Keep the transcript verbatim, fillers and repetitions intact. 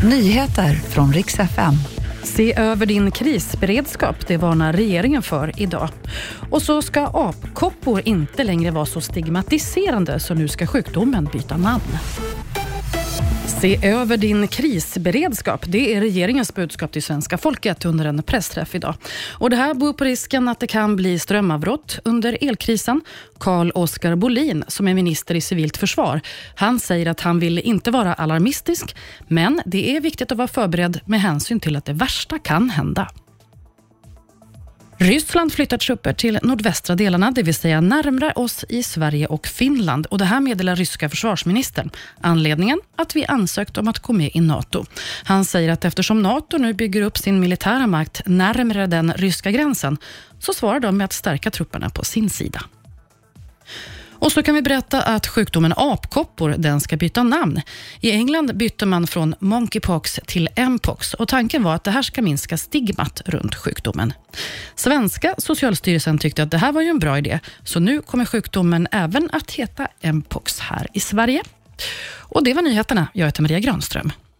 Nyheter från Rix F M. Se över din krisberedskap, det varnar regeringen för idag. Och så ska apkoppor inte längre vara så stigmatiserande, så nu ska sjukdomen byta namn. Se över din krisberedskap. Det är regeringens budskap till svenska folket under en pressträff idag. Och det här beror på risken att det kan bli strömavbrott under elkrisen. Carl-Oskar Bolin, som är minister i civilt försvar, han säger att han vill inte vara alarmistisk, men det är viktigt att vara förberedd med hänsyn till att det värsta kan hända. Ryssland flyttar trupper till nordvästra delarna, det vill säga närmare oss i Sverige och Finland. Och det här meddelar ryska försvarsministern. Anledningen? Att vi ansökt om att gå med i NATO. Han säger att eftersom NATO nu bygger upp sin militära makt närmare den ryska gränsen, så svarar de med att stärka trupperna på sin sida. Och så kan vi berätta att sjukdomen apkoppor, den ska byta namn. I England bytte man från monkeypox till mpox och tanken var att det här ska minska stigmat runt sjukdomen. Svenska Socialstyrelsen tyckte att det här var ju en bra idé, så nu kommer sjukdomen även att heta mpox här i Sverige. Och det var nyheterna. Jag heter Maria Granström.